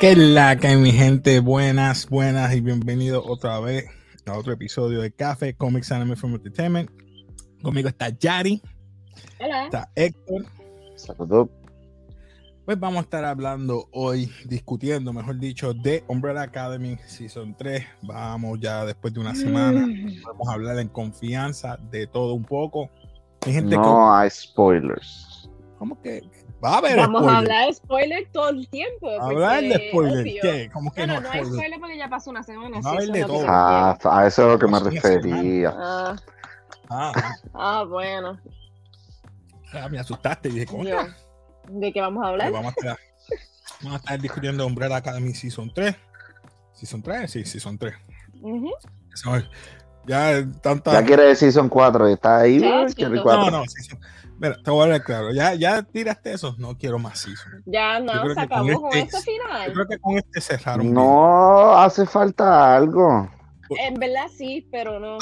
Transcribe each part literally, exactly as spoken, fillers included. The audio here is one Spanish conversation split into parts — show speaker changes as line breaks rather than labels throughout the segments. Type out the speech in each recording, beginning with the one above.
¿Qué es la que hay, mi gente? Buenas, buenas y bienvenidos otra vez a otro episodio de Café Comics Anime from Entertainment. Conmigo está Yari.
Hola.
Está Héctor.
Saludos.
Pues vamos a estar hablando hoy, discutiendo, mejor dicho, de Umbrella Academy Season tres. Vamos ya después de una semana. Vamos a hablar en confianza de todo un poco. Hay gente
no
que...
hay spoilers.
¿Cómo que? Va a haber
Vamos
spoilers.
a hablar de spoiler todo el tiempo.
Hablar de spoilers. ¿Qué? ¿Cómo que
no?
no?
No, no hay spoiler porque ya pasó una semana.
Va a haber de
eso es lo
todo.
que
Ah, a eso es a lo que me
Pasó una
refería.
Ah,
Ah,
ah, bueno.
ah, me asustaste y dije, ¿cómo
Yo, ¿de qué vamos a hablar?
Vamos a, estar, vamos a estar discutiendo Umbrella Academy Season tres. ¿Season tres? Sí, Season tres.
Uh-huh.
Eso es. Ya tanta...
Ya quiere decir Season cuatro, está ahí.
Ya,
¿no?
chico.
Quiere
No,
cuatro.
no, Season... Mira, te voy a hablar claro. Ya, ya tiraste eso. No quiero más Season.
Ya
Yo
no,
creo
se
que con
acabó con
este-
este
Yo
final.
creo que con este cerraron
No, hace falta algo.
En verdad sí, pero no.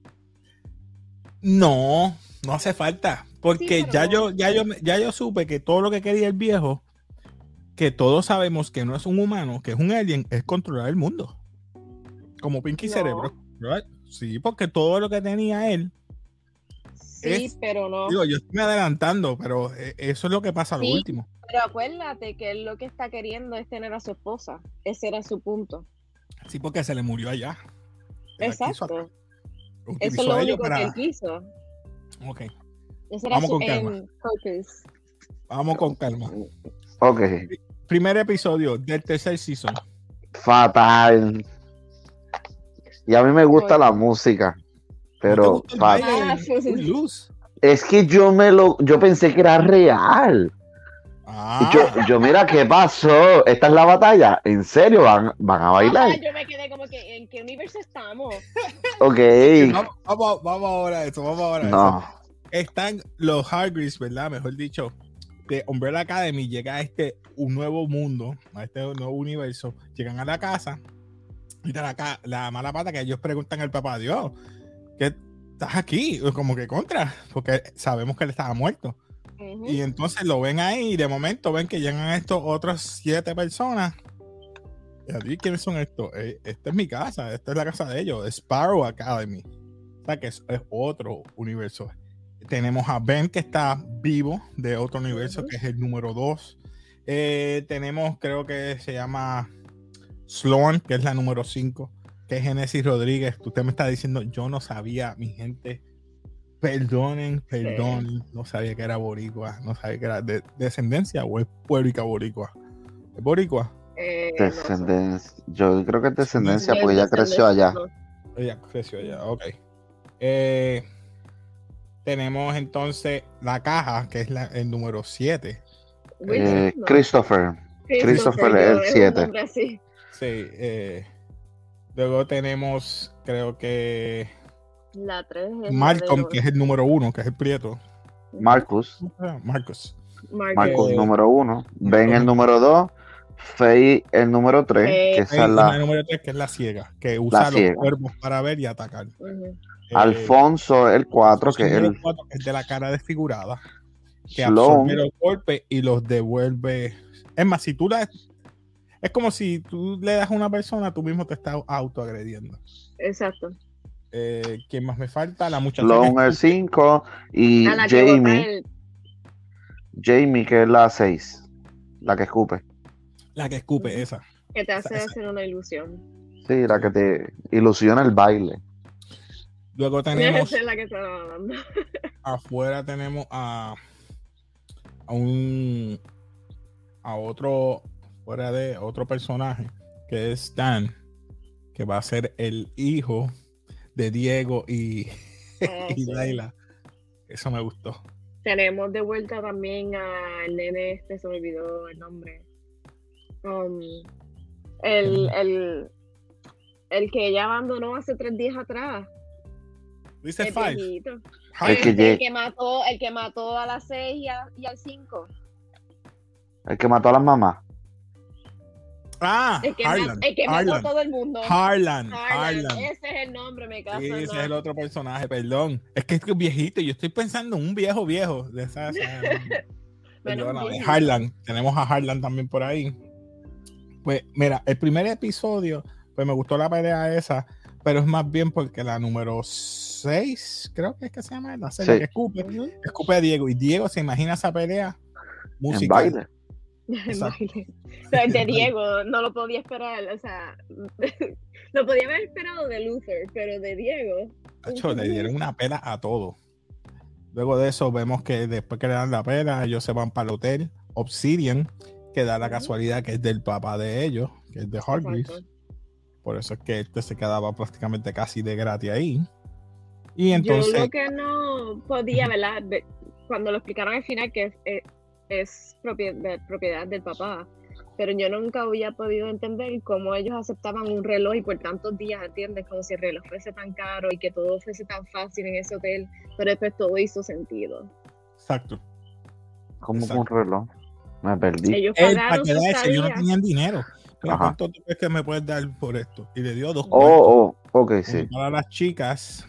bien. No, no hace falta. Porque
Sí, pero
ya,
no.
yo, ya, yo, ya yo supe que todo lo que quería el viejo, que todos sabemos que no es un humano, que es un alien, es controlar el mundo. Como Pinky
No.
Cerebro. ¿Right? Sí, porque todo lo que tenía él.
Sí,
Es-
pero no.
Digo, yo estoy adelantando, pero eh, eso es lo que pasa a lo
Sí.
último.
Pero acuérdate que él lo que está queriendo es tener a su esposa. Ese era su punto.
Sí, porque se le murió allá. Él quiso-
Exacto.
utilizó
Eso es lo
a ellos
único
para-
que él quiso.
Ok,
Ese era
Vamos
su
con calma.
end purpose.
vamos con calma.
Ok,
Primer episodio del tercer season.
fatal. Y a mí me gusta la música,
¿No te
pero
gustó el
fatal.
baile
Ah,
de
sí.
Luz?
Es que yo me lo, yo pensé que era real. Y
Ah,
yo, yo mira qué pasó. Esta es la batalla. ¿En serio van, van a bailar?
Ajá, yo me quedé como que, ¿en qué universo estamos?
Ok.
vamos, vamos, vamos ahora a eso, vamos ahora a eso.
No.
Están los Hargreaves, ¿verdad? Mejor dicho, de Umbrella Academy, llega a este un nuevo mundo, a este nuevo universo, llegan a la casa y de la, ca- la mala pata que ellos preguntan al papá, Dios, ¿qué estás aquí? Como que contra, porque sabemos que él estaba muerto.
Ujú.
Y entonces lo ven ahí y de momento ven que llegan estos otros siete personas. Y a ti, ¿quiénes son estos? Eh, esta es mi casa, esta es la casa de ellos, Sparrow Academy. O sea que es, es otro universo. Tenemos a Ben que está vivo de otro universo,
Ujú.
que es el número dos. Eh, tenemos, creo que se llama Sloan, que es la número cinco, que es Genesis Rodríguez. Usted me está diciendo, yo no sabía, mi gente. Perdonen, perdonen, no sabía que era boricua, no sabía que era de descendencia o es puerca boricua. ¿Es boricua?
Eh, no sé.
Descendencia. Yo creo que es descendencia
Sí,
porque ella creció allá.
descendencia,
Ella creció allá, ok. Eh, tenemos entonces la caja, que es la, el número siete.
¿no?
Eh,
Wilson, no.
Christopher. Christopher es el
yo, un
siete.
nombre así.
Sí. eh, luego tenemos, creo que
La tres es
Malcolm,
la de
que es el número uno, que es el prieto.
Marcus.
Ah, Marcus.
Marcus.
Marcus
Eh,
número uno. Ben el número dos. Faye el número tres.
Faye.
Que esa
Hay
es
una
la.
número tres que es la ciega, que usa los
ciega.
cuervos para ver y atacar.
Ujú.
Eh,
Alfonso el cuatro, que es
número
el.
cuatro, que es de la cara desfigurada, que absorbe
Sloan.
los golpes y los devuelve. Es más, si tú la... Es como si tú le das a una persona, tú mismo te estás autoagrediendo.
Exacto.
Eh, ¿Quién más me falta? La muchacha
Sloan
que
el cinco. Y
A la que bota
Jamie.
el-
Jamie, que es la seis. La que escupe.
la que escupe,
Ujú.
esa.
que te hace
Esa- esa.
hacer una ilusión.
Sí, la que te ilusiona el baile.
Luego tenemos
Esa es la que estaba hablando.
afuera tenemos a, a un a otro fuera de otro personaje que es Dan, que va a ser el hijo de Diego y,
Ah,
y
sí.
Laila. Eso me gustó.
Tenemos de vuelta también al nene este, se me olvidó el nombre. Um, el, el, el que ella abandonó hace tres días atrás.
Dice
El
Five.
viejito.
El
Este,
que
el,
llega-
que mató, el que mató a las seis y, a- y al cinco.
El que mató a las mamás.
Ah,
El que,
Harlan.
ma- el que mató a
Harlan.
todo el mundo.
Harlan.
Harlan.
Harlan.
Ese es el nombre, me caso.
Sí,
en
ese
nada.
es el otro personaje, perdón. Es que es que viejito, yo estoy pensando en un viejo viejo de esa. esa-
Bueno,
Perdóname,
viejito.
Harlan. Tenemos a Harlan también por ahí. Pues mira, el primer episodio, pues me gustó la pelea esa, pero es más bien porque la número seis, creo que es que se llama la serie,
Sí.
que escupe,
Ujú.
escupe a Diego, y Diego se imagina esa pelea
En
musical.
baile.
Exacto.
Baile. O sea, de Diego no lo podía esperar, o sea, lo podía haber esperado de Luther, pero de Diego.
Acho, le dieron una pela a todo. Luego de eso vemos que después que le dan la pela, ellos se van para el hotel Obsidian, que da la
Ujú.
casualidad que es del papá de ellos, que es de Hargreaves.
Exacto.
Por eso es que este se quedaba prácticamente casi de gratis ahí. Y
Yo
entonces,
lo que no podía, ¿verdad? Ve- Cuando lo explicaron al final que es, es, es propiedad, propiedad del papá, pero yo nunca había podido entender cómo ellos aceptaban un reloj y por tantos días, ¿entiendes? Como si el reloj fuese tan caro y que todo fuese tan fácil en ese hotel, pero después todo hizo sentido.
exacto.
Como
Exacto.
un reloj. Me perdí.
Ellos
Él,
pagaron
para
su
quedarse, ellos no
estadía.
tenían dinero. Mira,
Ajá.
¿cuánto tú crees que me puedes dar por esto? Y le dio dos cuartos.
Oh, oh, ok,
Uno
sí.
para las chicas,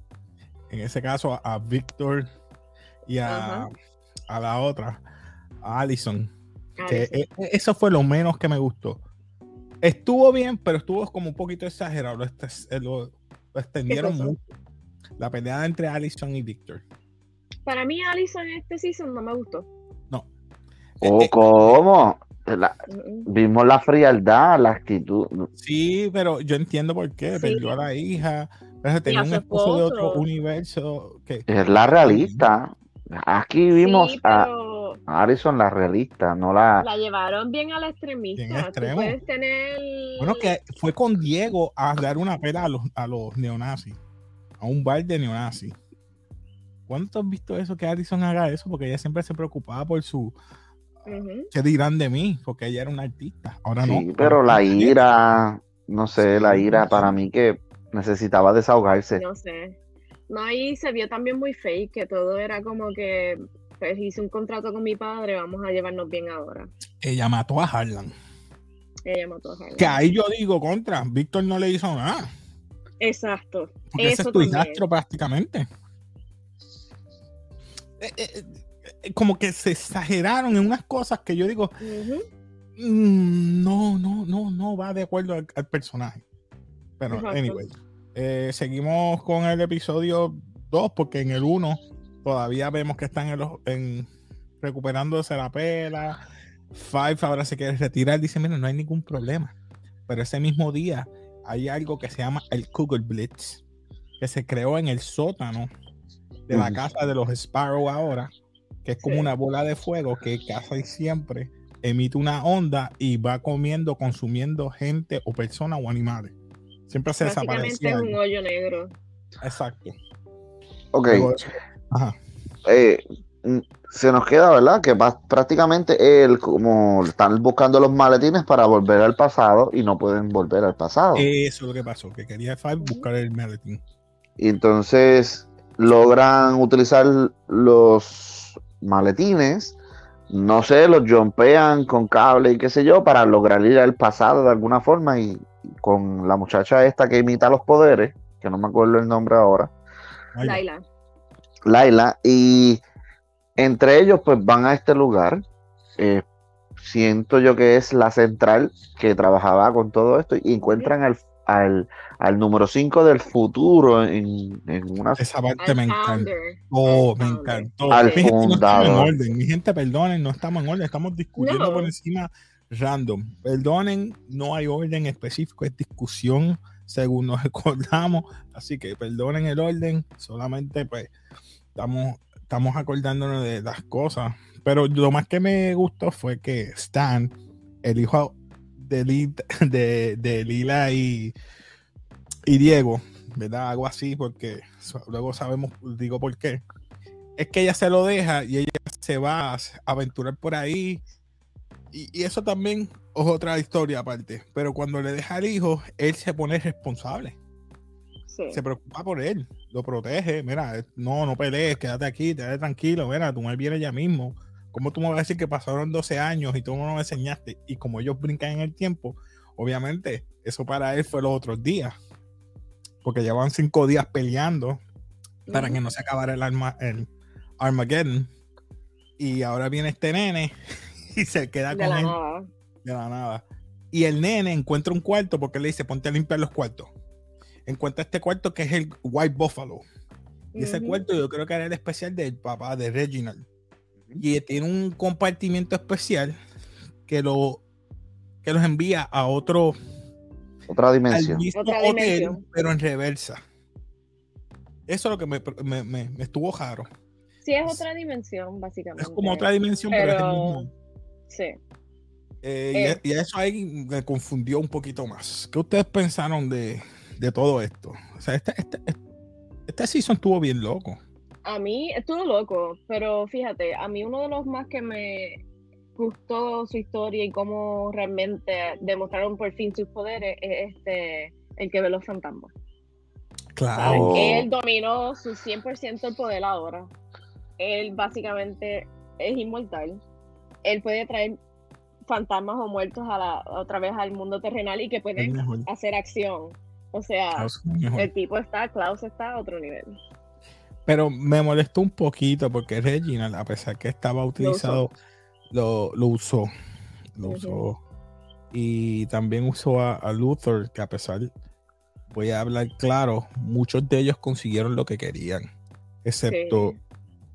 en ese caso a, a Víctor y a,
Ajá.
a la otra, a Allison. Que
Allison.
e- e- eso fue lo menos que me gustó. Estuvo bien, pero estuvo como un poquito exagerado. Lo, este- lo- lo extendieron
eso?
mucho. La pelea entre Allison y Víctor.
Para mí, Allison en este season no me gustó.
No.
Oh,
Eh, eh,
¿cómo? La-
Mm,
vimos la frialdad, la actitud.
sí, pero yo entiendo por qué.
Sí.
Perdió a la hija. Pero tenía
a
un
su
esposo de otro
esposo.
universo. Que,
Es la realista. Aquí vimos
Sí,
a
pero
Harrison, la realista, no la.
la llevaron bien a la
Bien
extremista. Tú
extremo.
puedes tener.
Bueno, que fue con Diego a dar una pela a los, a los neonazis. A un bar de neonazis. ¿Cuánto has visto eso que Allison haga eso? Porque ella siempre se preocupaba por su.
Ujú.
¿Qué dirán de mí? Porque ella era una artista. Ahora no.
Sí, pero
Ahora
la
es
ira, no sé,
Sí,
la ira
sí.
para mí que necesitaba desahogarse.
No sé. No, y se vio también muy fake, que todo era como que, pues hice un contrato con mi padre, vamos a llevarnos bien ahora.
Ella mató a Harlan.
Ella mató a Harlan.
Que ahí yo digo contra. Víctor no le hizo nada.
Exacto.
Porque ese
Eso
es tu
también.
hijastro prácticamente. Eh, eh, eh, como que se exageraron en unas cosas que yo digo,
Ujú.
mm, no, no, no, no va de acuerdo al, al personaje. Pero,
Exacto.
anyway. Eh, seguimos con el episodio dos, porque en el uno todavía vemos que están en los, en, recuperándose la pela. Five ahora se quiere retirar. Dice, mira, no hay ningún problema. Pero ese mismo día hay algo que se llama el Cougar Blitz, que se creó en el sótano de la
Ujú.
casa de los Sparrow ahora, que es como
Sí.
una bola de fuego que casi siempre emite una onda y va comiendo, consumiendo gente o personas o animales. Siempre se
Básicamente
desaparecía.
es un
algo.
hoyo negro.
Exacto.
Ok,
Luego de eso- Ajá.
eh, mm, se nos queda, ¿verdad? Que va- prácticamente él, como están buscando los maletines para volver al pasado y no pueden volver al pasado.
Eso es lo que pasó, que quería Five buscar el maletín.
Y entonces logran utilizar los maletines, no sé, los jumpean con cable y qué sé yo, para lograr ir al pasado de alguna forma. Y con la muchacha esta que imita los poderes, que no me acuerdo el nombre ahora,
Ahí va.
Laila.
Laila, y entre ellos pues van a este lugar. eh, siento yo que es la central que trabajaba con todo esto y encuentran al, al, al número cinco del futuro en, en una...
Esa parte
Al
me encantó.
founder.
Oh,
Al
me
founder.
encantó.
Al
Mi gente, no estamos en
fundador.
orden. Mi gente, perdonen, no estamos en orden. Estamos discutiendo
No.
por encima random. Perdonen, no hay orden específico, es discusión según nos acordamos. Así que perdonen el orden. Solamente pues estamos, estamos acordándonos de las cosas. Pero lo más que me gustó fue que Stan, el hijo de, Li- de, de Lila y, y Diego, ¿verdad? Algo así, porque so- luego sabemos, digo por qué. Es que ella se lo deja y ella se va a aventurar por ahí. Y, y eso también es otra historia aparte. Pero cuando le deja al hijo, él se pone responsable.
Sí.
Se preocupa por él, lo protege. Mira, no, no pelees, quédate aquí, quédate tranquilo. Mira, tu madre viene ya mismo. ¿Cómo tú me vas a decir que pasaron doce años y tú no me enseñaste? Y como ellos brincan en el tiempo, obviamente, eso para él fue los otros días. Porque llevan cinco días peleando para
Ujú.
que no se acabara el, arma, el Armageddon. Y ahora viene este nene y se queda
De
con
la
él
nada.
de la nada. Y el nene encuentra un cuarto porque le dice, ponte a limpiar los cuartos. Encuentra este cuarto que es el White Buffalo. Y ese
Ujú.
cuarto yo creo que era el especial del papá de Reginald. Y tiene un compartimiento especial que, lo, que los envía a otro,
Otra
al
dimensión.
mismo
Otra
hotel,
dimensión.
pero en reversa. Eso es lo que me, me, me, me estuvo raro.
Sí, es otra dimensión, básicamente.
Es como otra dimensión, pero,
Pero-
es el mismo.
Sí.
Eh,
Eh.
y, y eso ahí me confundió un poquito más. ¿Qué ustedes pensaron de, de todo esto? O sea, este, este, este season estuvo bien loco.
A mí estuvo loco, pero fíjate, a mí uno de los más que me gustó su historia y cómo realmente demostraron por fin sus poderes es este, el que ve los fantasmas.
Claro.
Oh.
Él dominó su cien por ciento el poder ahora. Él básicamente es inmortal. Él puede traer fantasmas o muertos a la, otra vez al mundo terrenal y que
Es
pueden
mejor.
hacer acción. O sea,
Klaus es mejor.
el tipo está, Klaus está a otro nivel.
Pero me molestó un poquito porque Reginald, a pesar que estaba utilizado, lo, lo usó. Lo
Ujú.
usó. Y también usó a, a Luthor, que a pesar, voy a hablar claro, muchos de ellos consiguieron lo que querían. Excepto.
Sí.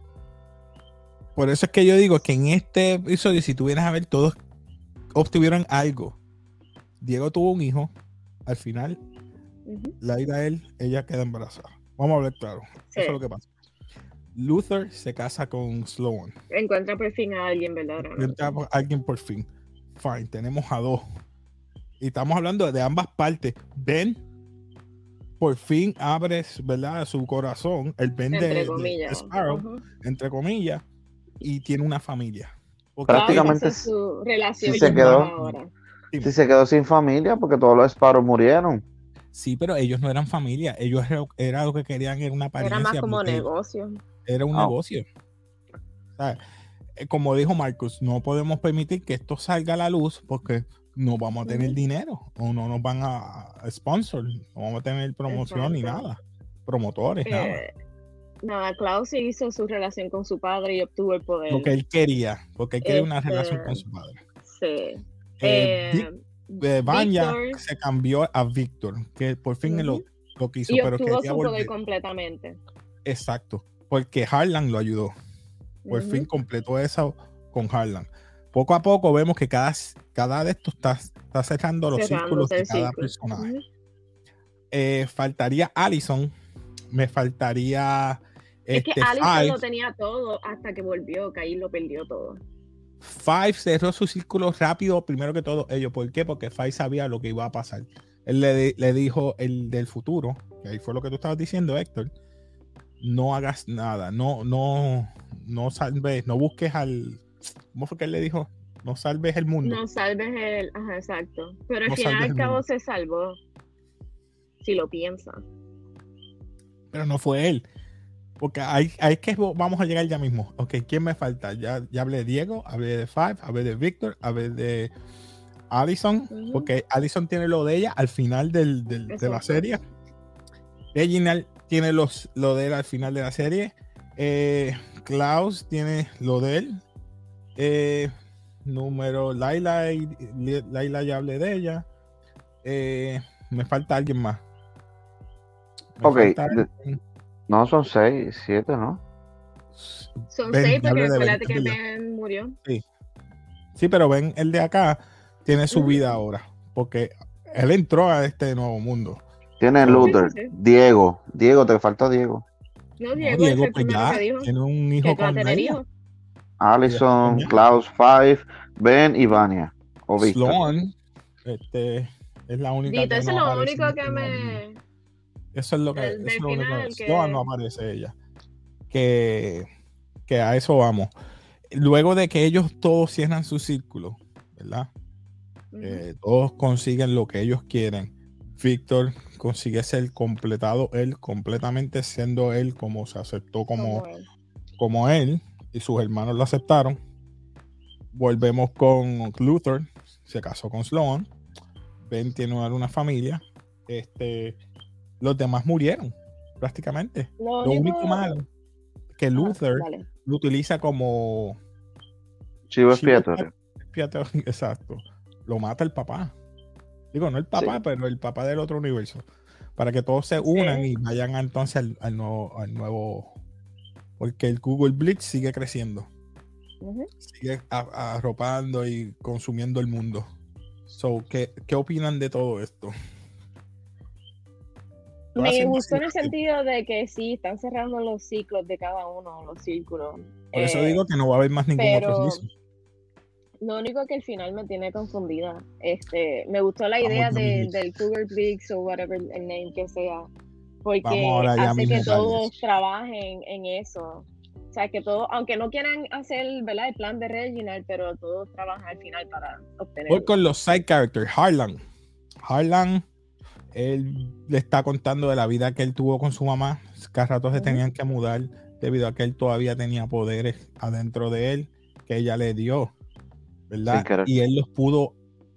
Por eso es que yo digo que en este episodio, si tuvieras a ver, todos obtuvieron algo. Diego tuvo un hijo. Al final,
Ujú.
Laila, él, ella queda embarazada. Vamos a hablar claro.
Sí.
Eso es lo que pasa. Luthor se casa con Sloan.
Encuentra por fin a alguien verdaderamente.
Entra a alguien por fin. Fine, tenemos a dos. Y estamos hablando de ambas partes. Ben por fin abre, ¿verdad?, su corazón. El Ben de,
Entre
de
comillas.
Sparrow,
Ujú.
entre comillas, y tiene una familia. Porque
Klaus
Prácticamente
hace su relación
sí se
con
quedó.
Baja ahora.
Si se quedó sin familia porque todos los Sparrow murieron.
Sí, pero ellos no eran familia. Ellos era, era lo que querían, era una apariencia.
Era más como
porque
negocio.
Era un
Ah.
negocio. O sea, eh, como dijo Marcus, no podemos permitir que esto salga a la luz porque no vamos a tener
Ujú. dinero
o no nos van a, a sponsor, no vamos a tener promoción ni
Exacto.
nada, promotores, nada.
Eh, nada, Klaus hizo su relación con su padre y obtuvo el poder.
Lo que él quería, porque él quería una
Este,
relación con su padre.
Sí.
Eh,
Eh,
Vic- eh, Vanya
Victor-
se cambió a Víctor, que por fin él lo,
Ujú.
lo quiso,
y
pero
obtuvo
quería
su
volver.
poder completamente.
Exacto, porque Harlan lo ayudó. Por
Ujú.
fin completó eso con Harlan. Poco a poco vemos que cada, cada de estos está, está cerrando los círculos
Cerrándose
de
el
cada
círculo.
personaje.
Ujú.
Eh, faltaría Allison, me faltaría
Es que
este,
Allison
Five.
lo tenía todo hasta que volvió, que ahí lo perdió todo.
Five cerró su círculo rápido, primero que todo ellos. ¿Por qué? Porque Five sabía lo que iba a pasar. Él le, di- le dijo el del futuro, que ahí fue lo que tú estabas diciendo, Héctor. No hagas nada, no, no, no salves, no busques al. ¿Cómo fue que él le dijo? No salves el mundo.
No salves el. Ajá, exacto. Pero al
No
final
salves
al
el
cabo
mundo.
se salvó. Si lo piensas.
Pero no fue él. Porque hay, hay que vamos a llegar ya mismo. Ok, ¿quién me falta? Ya, ya hablé de Diego, hablé de Five, hablé de Víctor, hablé de Allison,
Ujú.
porque Allison tiene lo de ella al final del, del- de la
Exacto.
serie. Reginald tiene los, lo de él al final de la serie. Eh, Klaus tiene lo de él. Eh, número Laila, y, Laila ya hablé de ella. Eh, me falta alguien más. Me
Ok,
falta
de-
alguien.
No, son seis, siete, ¿no?
Son
Ben,
seis
ya
porque
hablé de Ben,
acuérdate que
es verdad.
Ben murió.
Sí, pero ven, el de acá tiene su
Ujú.
vida ahora, porque él entró a este nuevo mundo.
Tiene
Sí,
Luther,
sí, sí.
Diego. Diego, te falta Diego.
No,
No,
Diego,
Diego,
es el
pues
primero
ya
que dijo
tiene un
que
hijo
va a
con
tener
Laila.
hijos.
Allison,
Ya.
Klaus, Five, Ben y Vanya. O Víctor.
Sloan, este, es la única
Vito,
que
eso
no
es lo
aparece
único
en
que
este nuevo mundo.
me.
Eso es lo que,
Del-
eso
del
es lo único.
final que-
Sloan no aparece ella. Que, que a eso vamos. Luego de que ellos todos cierran su círculo, ¿verdad?
Ujú.
Eh, todos consiguen lo que ellos quieren. Víctor consigue ser completado él, completamente siendo él como se aceptó como,
Como él.
como él, y sus hermanos lo aceptaron. Volvemos con Luthor, se casó con Sloan. Ben tiene una, una familia. Este, los demás murieron, prácticamente.
Lo
Lo
único-
único malo que
Ajá,
Luthor
dale.
lo utiliza como
Chivo
chivo
expiatorio.
expiatorio, exacto. Lo mata el papá. Digo, no el papá,
Sí.
pero el papá del otro universo. Para que todos se unan sí. y vayan entonces al, al, nuevo, al nuevo... Porque el Google Blitz sigue creciendo. Uh-huh. Sigue a, arropando y consumiendo el mundo. So, ¿qué, ¿Qué opinan de todo esto?
Me gustó en el sentido de que sí, están cerrando los ciclos de cada uno, los círculos.
Por eso eh, digo que no va a haber más ningún
pero
otro season.
Lo único que al final me tiene confundida. Este, me gustó la idea de, del Google Blitz o whatever el name que sea. Porque hace que todos trabajen en eso. O sea, que todos, aunque no quieran hacer, ¿verdad?, el plan de Reginald, pero todos trabajan al final para obtener.
Voy con los side characters. Harlan. Harlan, él le está contando de la vida que él tuvo con su mamá. Cada rato se uh-huh. tenían que mudar debido a que él todavía tenía poderes adentro de él que ella le dio, ¿verdad? Sí, y él los pudo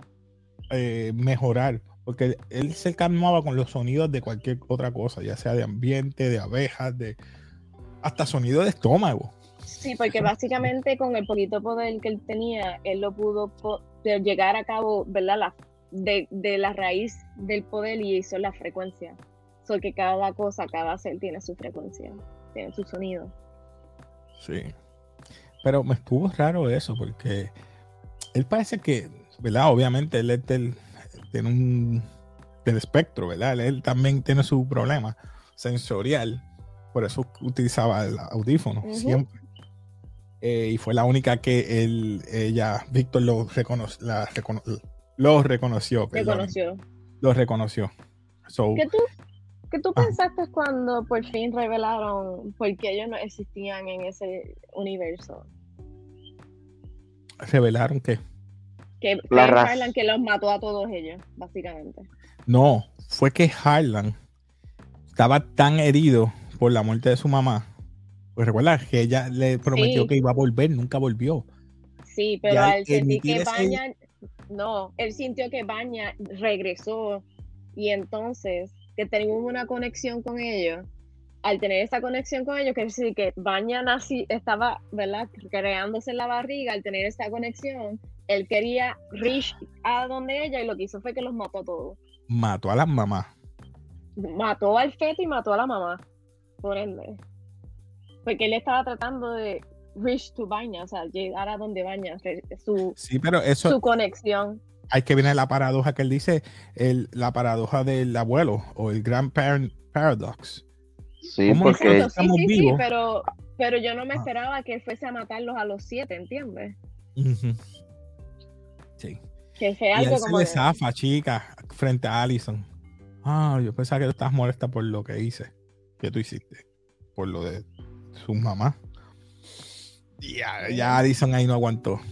eh, mejorar. Porque él se calmaba con los sonidos de cualquier otra cosa, ya sea de ambiente, de abejas, de hasta sonido de estómago.
Sí, porque básicamente con el poquito poder que él tenía, él lo pudo po- llegar a cabo, ¿verdad? La, de, de la raíz del poder y hizo la frecuencia. O sea, que cada cosa, cada ser tiene su frecuencia, tiene su sonido.
Sí. Pero me estuvo raro eso, porque él parece que, ¿verdad? Obviamente él es del... tiene un del espectro, ¿verdad? Él también tiene su problema sensorial, por eso utilizaba el audífono uh-huh. siempre. Eh, y fue la única que él, ella, Víctor lo, recono, la, recono, lo reconoció.
Reconoció.
Perdón, lo reconoció. So,
¿Qué tú, qué tú ah. pensaste cuando por fin revelaron por qué ellos no existían en ese universo?
¿Revelaron qué?
Que fue Harlan que los mató a todos ellos, básicamente.
No, fue que Harlan estaba tan herido por la muerte de su mamá. Pues recuerda que ella le prometió sí. que iba a volver, nunca volvió.
Sí, pero al sentir que Vanya, ese... no, él sintió que Vanya regresó y entonces que teníamos una conexión con ellos. Al tener esa conexión con ellos, quiere decir que Vanya nací, estaba, ¿verdad?, creándose en la barriga. Al tener esa conexión, él quería reach a donde ella y lo que hizo fue que los mató a todos.
Mató a las mamás.
Mató al feto y mató a la mamá, por ende. Porque él estaba tratando de reach to Vanya, o sea, llegar a donde Vanya, su,
sí, pero eso,
su conexión.
Hay que viene la paradoja que él dice, el, la paradoja del abuelo o el grandparent paradox.
Sí, porque
estamos sí, sí, vivos. Sí, pero, pero yo no me esperaba que él fuese a matarlos a los siete, ¿entiendes?
Uh-huh. Sí.
Que sea
y
algo
él
como
se
de...
zafa, chica, frente a Allison. Ah, yo pensaba que tú estás molesta por lo que hice, que tú hiciste, por lo de su mamá. Ya, ya Allison ahí no aguantó.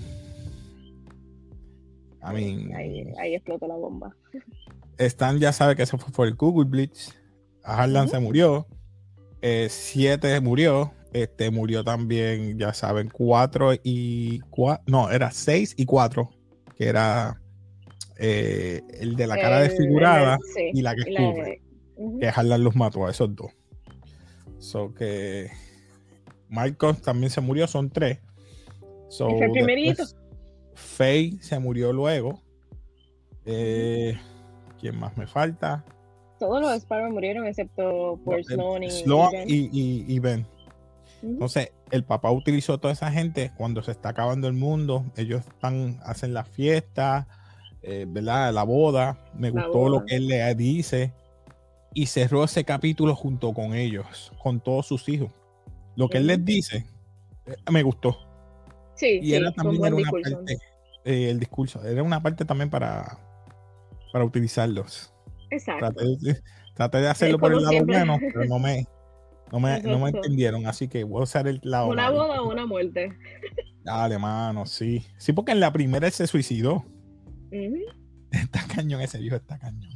I mean,
ahí, ahí explotó la bomba.
Stan ya sabe que eso fue por el Google Blitz. Harlan uh-huh. se murió. Eh, siete murió. Este murió también, ya saben, cuatro y cuatro. No, era seis y cuatro. Que era eh, el de la cara
el,
desfigurada
el, sí,
y la que escupe. Uh-huh. Que Harlan los mató a esos dos. So que Malcolm también se murió, son tres. So,
fue el primerito.
Faye se murió luego. Eh, ¿Quién más me falta?
Todos los Sparrow murieron excepto por no, Sloan, y,
Sloan y, y, y Ben. Uh-huh. Entonces, el papá utilizó toda esa gente cuando se está acabando el mundo. Ellos están, hacen la fiesta, eh, ¿verdad? La boda. Me la gustó boda. Lo que él le dice. Y cerró ese capítulo junto con ellos, con todos sus hijos. Lo que uh-huh. él les dice, eh, me gustó.
Sí,
y
sí,
era también era una
discurso.
parte, eh, el discurso, era una parte también para, para utilizarlos.
Exacto.
Traté de, traté de hacerlo por el lado siempre. Bueno, pero no me, no me, no me entendieron, así que voy a usar el lado.
Una malo. Boda o una muerte.
Dale, mano, sí. Sí, porque en la primera él se suicidó.
Uh-huh.
Está cañón, ese viejo está cañón.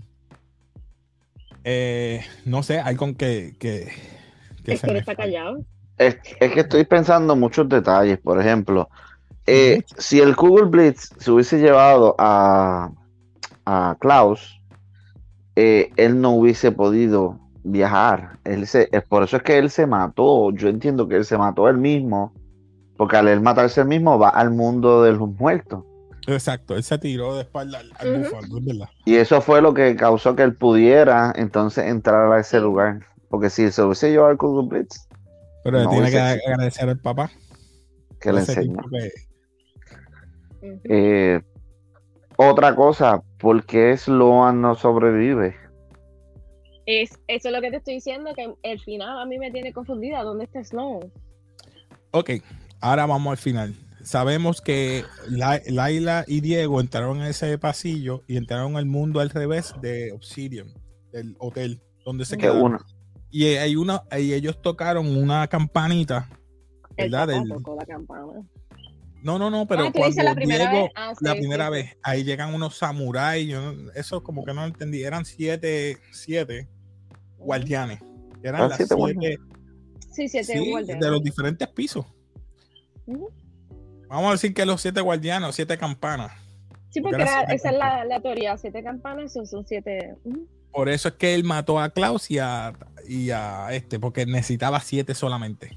Eh, no sé, hay con que, que,
que es que él está callado.
Es, es que estoy pensando muchos detalles. Por ejemplo, eh, si el Google Blitz se hubiese llevado a, a Klaus, eh, él no hubiese podido viajar. Él se, es por eso es que él se mató. Yo entiendo que él se mató él mismo, porque al él matarse él mismo va al mundo de los muertos.
Exacto, él se tiró de espalda al, al
Ujú.
búfalo, es verdad.
Y eso fue lo que causó que él pudiera entonces entrar a ese
Sí.
lugar. Porque si se hubiese llevado al Kugelblitz, Blitz,
Pero le
no
tiene que
hubiese existido.
agradecer al papá.
Que
por
le
ese
enseñó.
tipo que-
Ujú.
Eh, otra cosa, ¿por qué Sloan no sobrevive?
Es, eso es lo que te estoy diciendo, que el final a mí me tiene confundida. ¿Dónde está Sloan?
Ok, ahora vamos al final. Sabemos que La- Laila y Diego entraron en ese pasillo y entraron al mundo al revés de Obsidian, del hotel donde se
Que
quedaron.
uno,
Y hay una, y ellos tocaron una campanita,
El
¿verdad?
papá
Del-
tocó la campana.
no, no, no, pero
Ah, ¿tú
cuando
dices la primera
Diego,
vez? Ah, sí,
la
sí,
primera
sí.
vez, ahí llegan unos samuráis, yo no- eso como que no lo entendí, eran siete, siete
Ujú.
guardianes, que eran
Ah,
las
siete
siete,
guardianes.
Sí, siete
sí,
guardianes.
de los diferentes pisos.
Ujú.
Vamos a decir que los siete guardianes, siete campanas.
Sí,
Porque
porque
eran
era-
siete
esa es
campanas.
la, la teoría. Siete campanas son, son siete. Ujú.
Por eso es que él mató a Klaus y a, y a este, porque necesitaba siete solamente.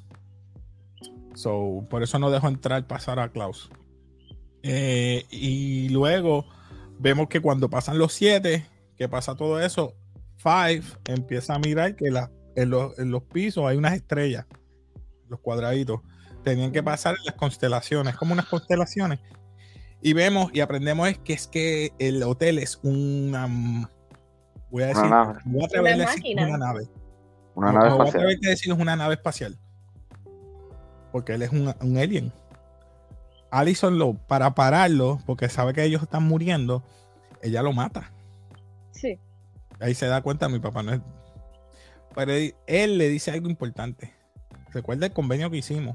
So, por eso no dejó entrar pasar a Klaus. Eh, y luego vemos que cuando pasan los siete, que pasa todo eso, Five empieza a mirar que la, en, los, en los pisos hay unas estrellas, los cuadraditos. Tenían que pasar en las constelaciones, como unas constelaciones. Y vemos y aprendemos es que es que el hotel es una, voy a decir,
Una nave.
voy a atreverme
Una
a decir que es
máquina.
una nave.
Una
Me-
nave
me voy a
espacial.
atrever a decir es una nave espacial. Porque él es un, un alien. Allison lo, para pararlo, porque sabe que ellos están muriendo, ella lo mata.
Sí.
Ahí se da cuenta, mi papá no es. Pero él, él le dice algo importante. Recuerda el convenio que hicimos.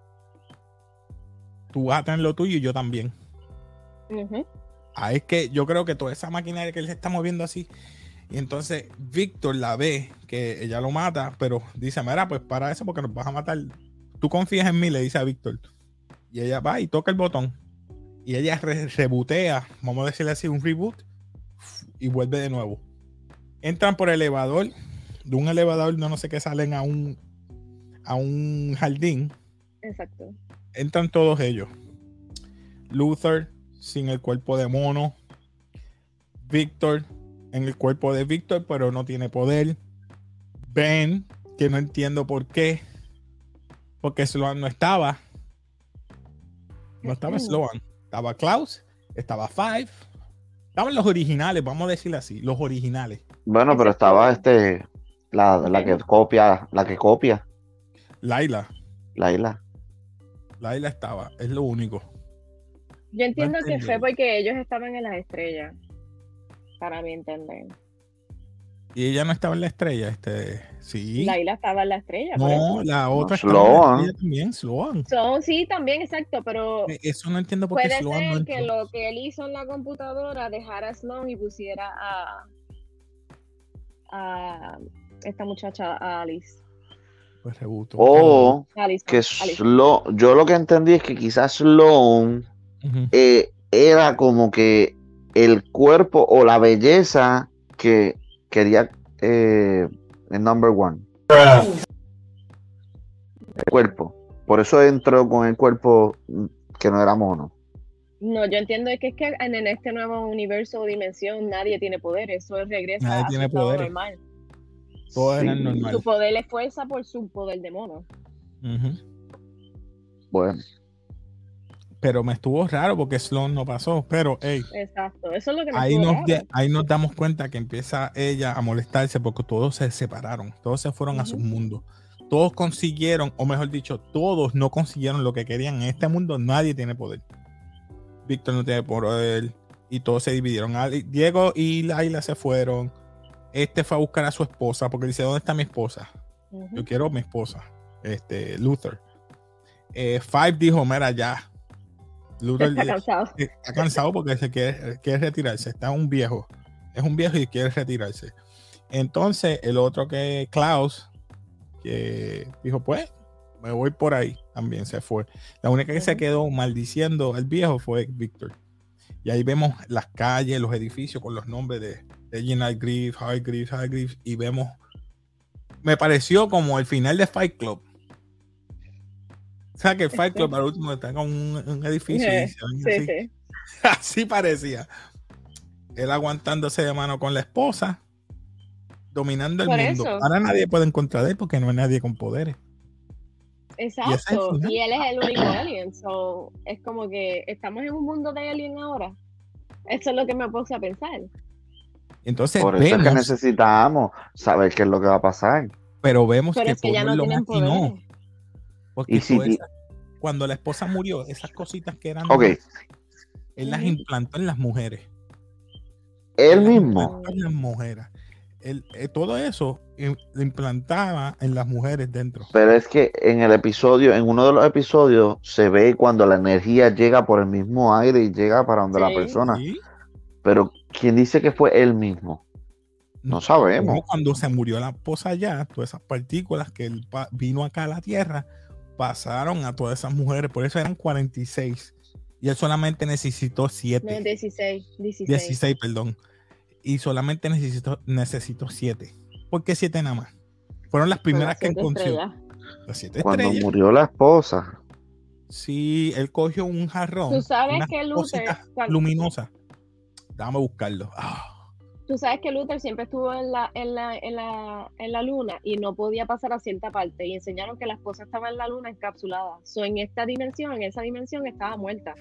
Tú vas a tener lo tuyo y yo también.
Ujú.
Ah, es que yo creo que toda esa maquinaria que él se está moviendo así. Y entonces Víctor la ve, que ella lo mata, pero dice, mira, pues para eso porque nos vas a matar. Tú confías en mí, le dice a Víctor. Y ella va y toca el botón. Y ella re rebotea, vamos a decirle así, un reboot. Y vuelve de nuevo. Entran por el elevador. De un elevador, no, no sé qué, salen a un, a un jardín.
Exacto.
Entran todos ellos. Luther sin el cuerpo de mono. Víctor en el cuerpo de Víctor, pero no tiene poder. Ben, que no entiendo por qué. Porque Sloan no estaba. No estaba Sloan. Estaba Klaus, estaba Five. Estaban los originales, vamos a decirle así, los originales.
Bueno, pero
Excepto
estaba
Ben.
este, la, la que
Ben.
copia, la que copia,
Laila,
la isla.
Laila estaba, es lo único.
Yo entiendo
No
que
entendí.
fue porque ellos estaban en las estrellas. Para mi entender.
Y ella no estaba en la estrella, este, sí.
La isla estaba en la estrella. por
No,
eso.
la
No,
otra estaba en la
Sloan.
estrella también, Sloan.
Son, sí, también, exacto, pero
Eh, Eso no entiendo por qué
puede
Sloan no
ser que
entró.
lo que él hizo en la computadora dejara a Sloan y pusiera a, a esta muchacha, a Alice.
Pues rebuto.
O
Alice,
que
Alice.
Slo- yo lo que entendí es que quizás Sloan
Ujú.
eh, era como que el cuerpo o la belleza que quería eh, el number one. El cuerpo. Por eso entró con el cuerpo mm, que no era mono.
No, yo entiendo que es que en, en este nuevo universo o dimensión nadie tiene poder, eso regresa
Nadie
a
tiene
su estado
poderes.
normal.
Todos
Sí,
eran normales.
Su poder es fuerza por su poder de mono.
Ujú.
Bueno,
Pero me estuvo raro porque Sloan no pasó. Pero, hey,
Exacto, eso es lo que me
ahí
estuvo
nos,
raro.
de- ahí nos damos cuenta que empieza ella a molestarse porque todos se separaron. Todos se fueron a
Ujú.
sus mundos. Todos consiguieron, o mejor dicho, todos no consiguieron lo que querían. En este mundo nadie tiene poder. Víctor no tiene poder. Y todos se dividieron. Ali- Diego y Laila se fueron. Este fue a buscar a su esposa porque dice, ¿dónde está mi esposa?
Ujú.
Yo quiero a mi esposa. Este, Luther. Eh, Five dijo, mira, ya. Luther
Está cansado.
está cansado porque se quiere, quiere retirarse. Está un viejo. Es un viejo y quiere retirarse. Entonces, el otro que Klaus, que dijo, pues, me voy por ahí. También se fue. La única que se
Ujú.
quedó maldiciendo al viejo fue Víctor. Y ahí vemos las calles, los edificios con los nombres de Reginald Grieve, Highgrave, Highgrave. Y vemos, me pareció como el final de Fight Club. O sea, que el Fight Club al último está con un, un edificio y se ven
Sí,
así.
sí.
Así parecía. Él aguantándose de mano con la esposa, dominando el
Por
mundo.
eso.
Ahora nadie puede en contra de él porque no hay nadie con poderes.
Exacto.
final.
Y él es el único alien. So, es como que estamos en un mundo de alien ahora. Eso es lo que me puse a pensar.
Entonces
Por eso es
vemos,
que necesitamos saber qué es lo que va a pasar.
pero vemos
Pero
que
es que ya
todo
no
él lo
tienen
maquinó.
poderes.
Porque
Y si
todas
ti-
esas- cuando la esposa murió, esas cositas que eran,
Ok,
él las
Ujú.
implantó en las mujeres.
él
las
mismo.
implantó en las mujeres. Él, eh, todo eso eh, lo implantaba en las mujeres dentro.
Pero es que en el episodio, en uno de los episodios, se ve cuando la energía llega por el mismo aire y llega para donde la
Sí.
persona.
¿Sí?
Pero ¿quién dice que fue él mismo? No sabemos.
Bueno, cuando se murió la esposa ya, todas esas partículas que él pa- vino acá a la Tierra pasaron a todas esas mujeres. Por eso eran cuarenta y seis. Y él solamente necesitó
No,
siete.
dieciséis. dieciséis.
dieciséis, perdón. Y solamente necesitó, necesitó siete. ¿Por qué siete nada más? Fueron las
Con
primeras
las
que
siete
encontró.
estrellas.
Las siete
Cuando
estrellas.
murió la esposa.
Sí, él cogió un jarrón.
Tú sabes
unas
que Luther,
cositas
cuando-
luminosas. Déjame buscarlo. Ah,
Tú sabes que Luther siempre estuvo en la, en la, en la, en la luna y no podía pasar a cierta parte. Y enseñaron que la esposa estaba en la luna encapsulada. So, en esta dimensión, en esa dimensión estaba muerta.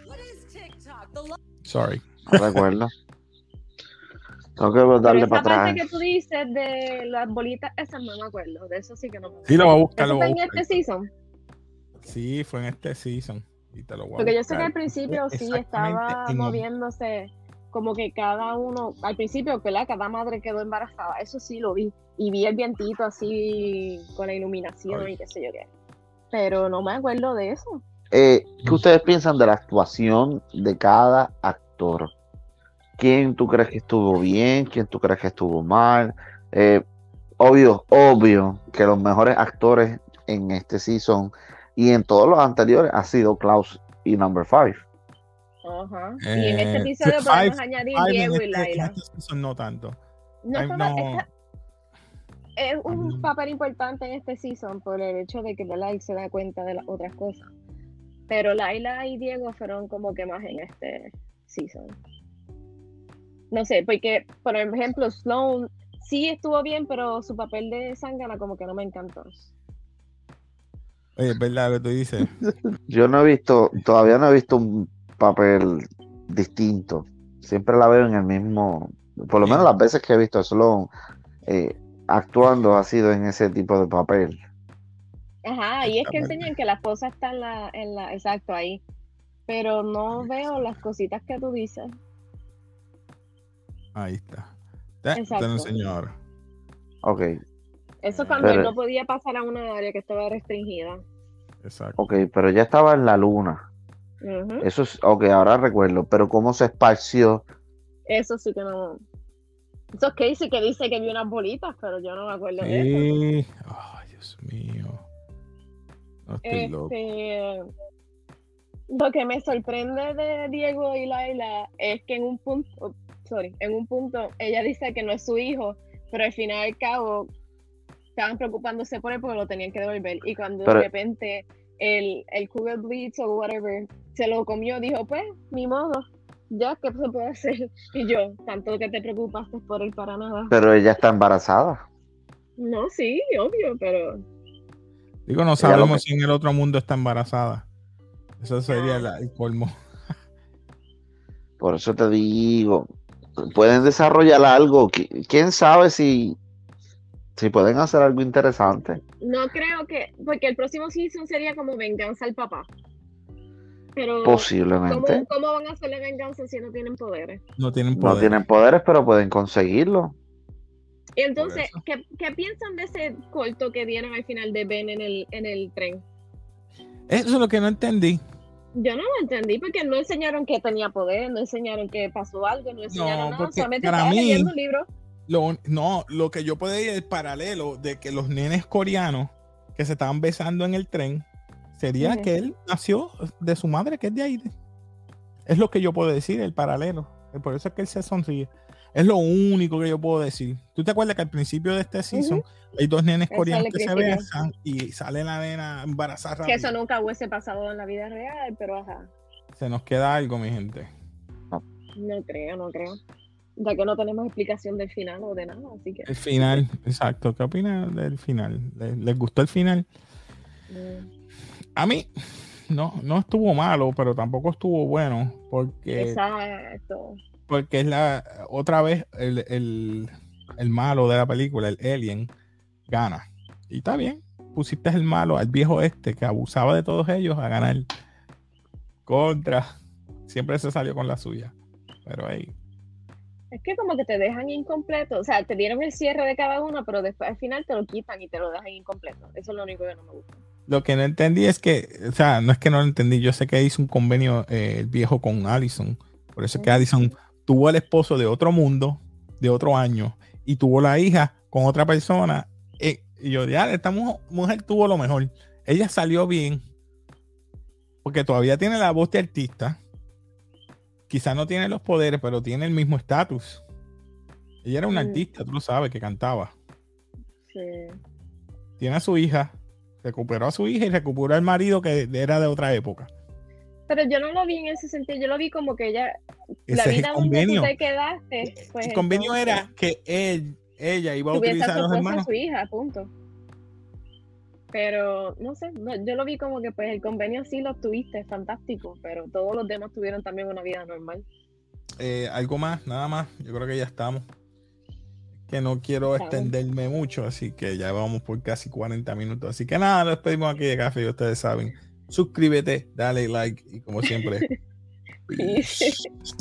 sorry.
No recuerdo. Tengo que
Pero
darle
esa
para
parte
atrás.
que tú dices de las bolitas, esas no me acuerdo. De eso sí que no me acuerdo.
Sí, lo voy a buscar.
¿Eso
Lo voy
fue
a
en
buscar.
este season?
Sí, fue en este season. Y te lo voy a
Porque yo sé
buscar.
que al principio
Fue
sí
exactamente
estaba
en-
moviéndose, como que cada uno, al principio, ¿verdad? Cada madre quedó embarazada, eso sí lo vi, y vi el vientito así con la iluminación
Ay.
y qué sé yo qué, pero no me acuerdo de eso.
Eh, ¿Qué ustedes piensan de la actuación de cada actor? ¿Quién tú crees que estuvo bien? ¿Quién tú crees que estuvo mal? Eh, obvio, obvio que los mejores actores en este season y en todos los anteriores ha sido Klaus y Number Five.
Ajá. Y en este
Eh,
episodio
Five-
podemos añadir
Five en
Diego y
este- en
Laila.
este season no tanto.
No
Five
estaba-
no-
está- es un
no.
papel importante en este season por el hecho de que ¿verdad? Él se da cuenta de las otras cosas. Pero Laila y Diego fueron como que más en este season. No sé, porque, por ejemplo, Sloan sí estuvo bien, pero su papel de Zángana como que no me encantó.
Oye, es verdad lo que tú dices.
Yo no he visto, todavía no he visto un papel distinto. Siempre la veo en el mismo, por lo
Sí.
menos las veces que he visto a Sloan eh, actuando ha sido en ese tipo de papel.
Ajá, y es que
Está
enseñan que la esposa está en la, en la, exacto, ahí. Pero no veo las cositas que tú dices.
Ahí está. Te, te
Exacto.
lo enseño ahora.
Ok,
Eso cuando él
Pero-
no podía pasar a una área que estaba restringida.
Exacto.
ok, pero ya estaba en la luna.
Ujú.
Eso es, ok, ahora recuerdo, pero cómo se esparció.
Eso sí que no. Eso es Casey que dice que vio unas bolitas, pero yo no me acuerdo de eso.
Sí. Ay, Dios mío. No estoy loco.
Este, lo que me sorprende de Diego y Laila es que en un punto, oh, sorry, en un punto ella dice que no es su hijo, pero al final y al cabo estaban preocupándose por él porque lo tenían que devolver. Y cuando
Pero-
de repente el, el Cougar Bleach o whatever se lo comió, dijo, pues, ni modo, ya, ¿qué se puede hacer? Y yo, tanto que te preocupaste por él para nada.
Pero ella está embarazada.
No, sí, obvio, pero
Digo, no
Ella
sabemos
lo que-
si en el otro mundo está embarazada. Eso sería
Ah.
la- el colmo.
Por eso te digo, pueden desarrollar algo. Qui- ¿Quién sabe si, si pueden hacer algo interesante?
no creo que, porque el próximo season sería como venganza al papá. Pero,
Posiblemente.
¿cómo, ¿cómo van a hacerle venganza si no tienen poderes?
No tienen
No
poder.
tienen poderes, pero pueden conseguirlo.
Y entonces,
eso.
¿qué, ¿qué piensan de ese corto que dieron al final de Ben en el, en el tren?
Eso es lo que no entendí.
Yo no lo entendí porque no enseñaron que tenía poder, no enseñaron que pasó algo, no enseñaron
No,
nada,
porque
solamente
para
estaba
mí-
leyendo un libro.
Lo, no, lo que yo puedo ir el paralelo de que los nenes coreanos que se estaban besando en el tren sería
Ujú.
que él nació de su madre, que es de ahí. Es lo que yo puedo decir, el paralelo. Por eso es que él se sonríe. Es lo único que yo puedo decir. ¿Tú te acuerdas que al principio de este season hay dos nenes
Ese
coreanos
es
que
el
se
principio.
besan y sale la nena embarazada
Que
rápido?
eso nunca hubiese pasado en la vida real, pero ajá.
Se nos queda algo, mi gente.
No creo, no creo. Ya que no tenemos explicación del final o de nada, así que.
El final, exacto. ¿Qué opinan del final? ¿Les, les gustó el final?
Mm.
A mí no, no estuvo malo, pero tampoco estuvo bueno, porque,
Exacto.
porque es la otra vez el, el, el malo de la película, el alien, gana. Y está bien, pusiste el malo, al viejo este que abusaba de todos ellos, a ganar contra. Siempre se salió con la suya. Pero ahí.
Es que como que te dejan incompleto, o sea, te dieron el cierre de cada uno, pero después al final te lo quitan y te lo dejan incompleto. Eso es lo único que no me gusta.
Lo que no entendí es que, o sea, no es que no lo entendí, yo sé que hizo un convenio eh, el viejo con Allison, por eso es que Allison tuvo el esposo de otro mundo, de otro año, y tuvo la hija con otra persona, eh, y yo, ya, esta mujer, mujer tuvo lo mejor, ella salió bien, porque todavía tiene la voz de artista, quizás no tiene los poderes, pero tiene el mismo estatus. Ella era una
Mm.
artista, tú lo sabes, que cantaba.
Sí.
Tiene a su hija, recuperó a su hija y recuperó al marido que era de otra época.
Pero yo no lo vi en ese sentido, yo lo vi como que ella,
Ese
la
es el
vida donde tú
convenio.
te quedaste, pues
El convenio
entonces,
era que él, ella iba a
tuviese a
utilizar
su
a los
esposa, a
hermanos.
su hija, punto. Pero, no sé, no, yo lo vi como que pues el convenio sí lo tuviste, fantástico, pero todos los demás tuvieron también una vida normal.
Eh, algo más, nada más, yo creo que ya estamos. Que no quiero
Estamos.
extenderme mucho, así que ya vamos por casi cuarenta minutos. Así que nada, nos despedimos aquí de Café y ustedes saben. Suscríbete, dale like y como siempre, peace.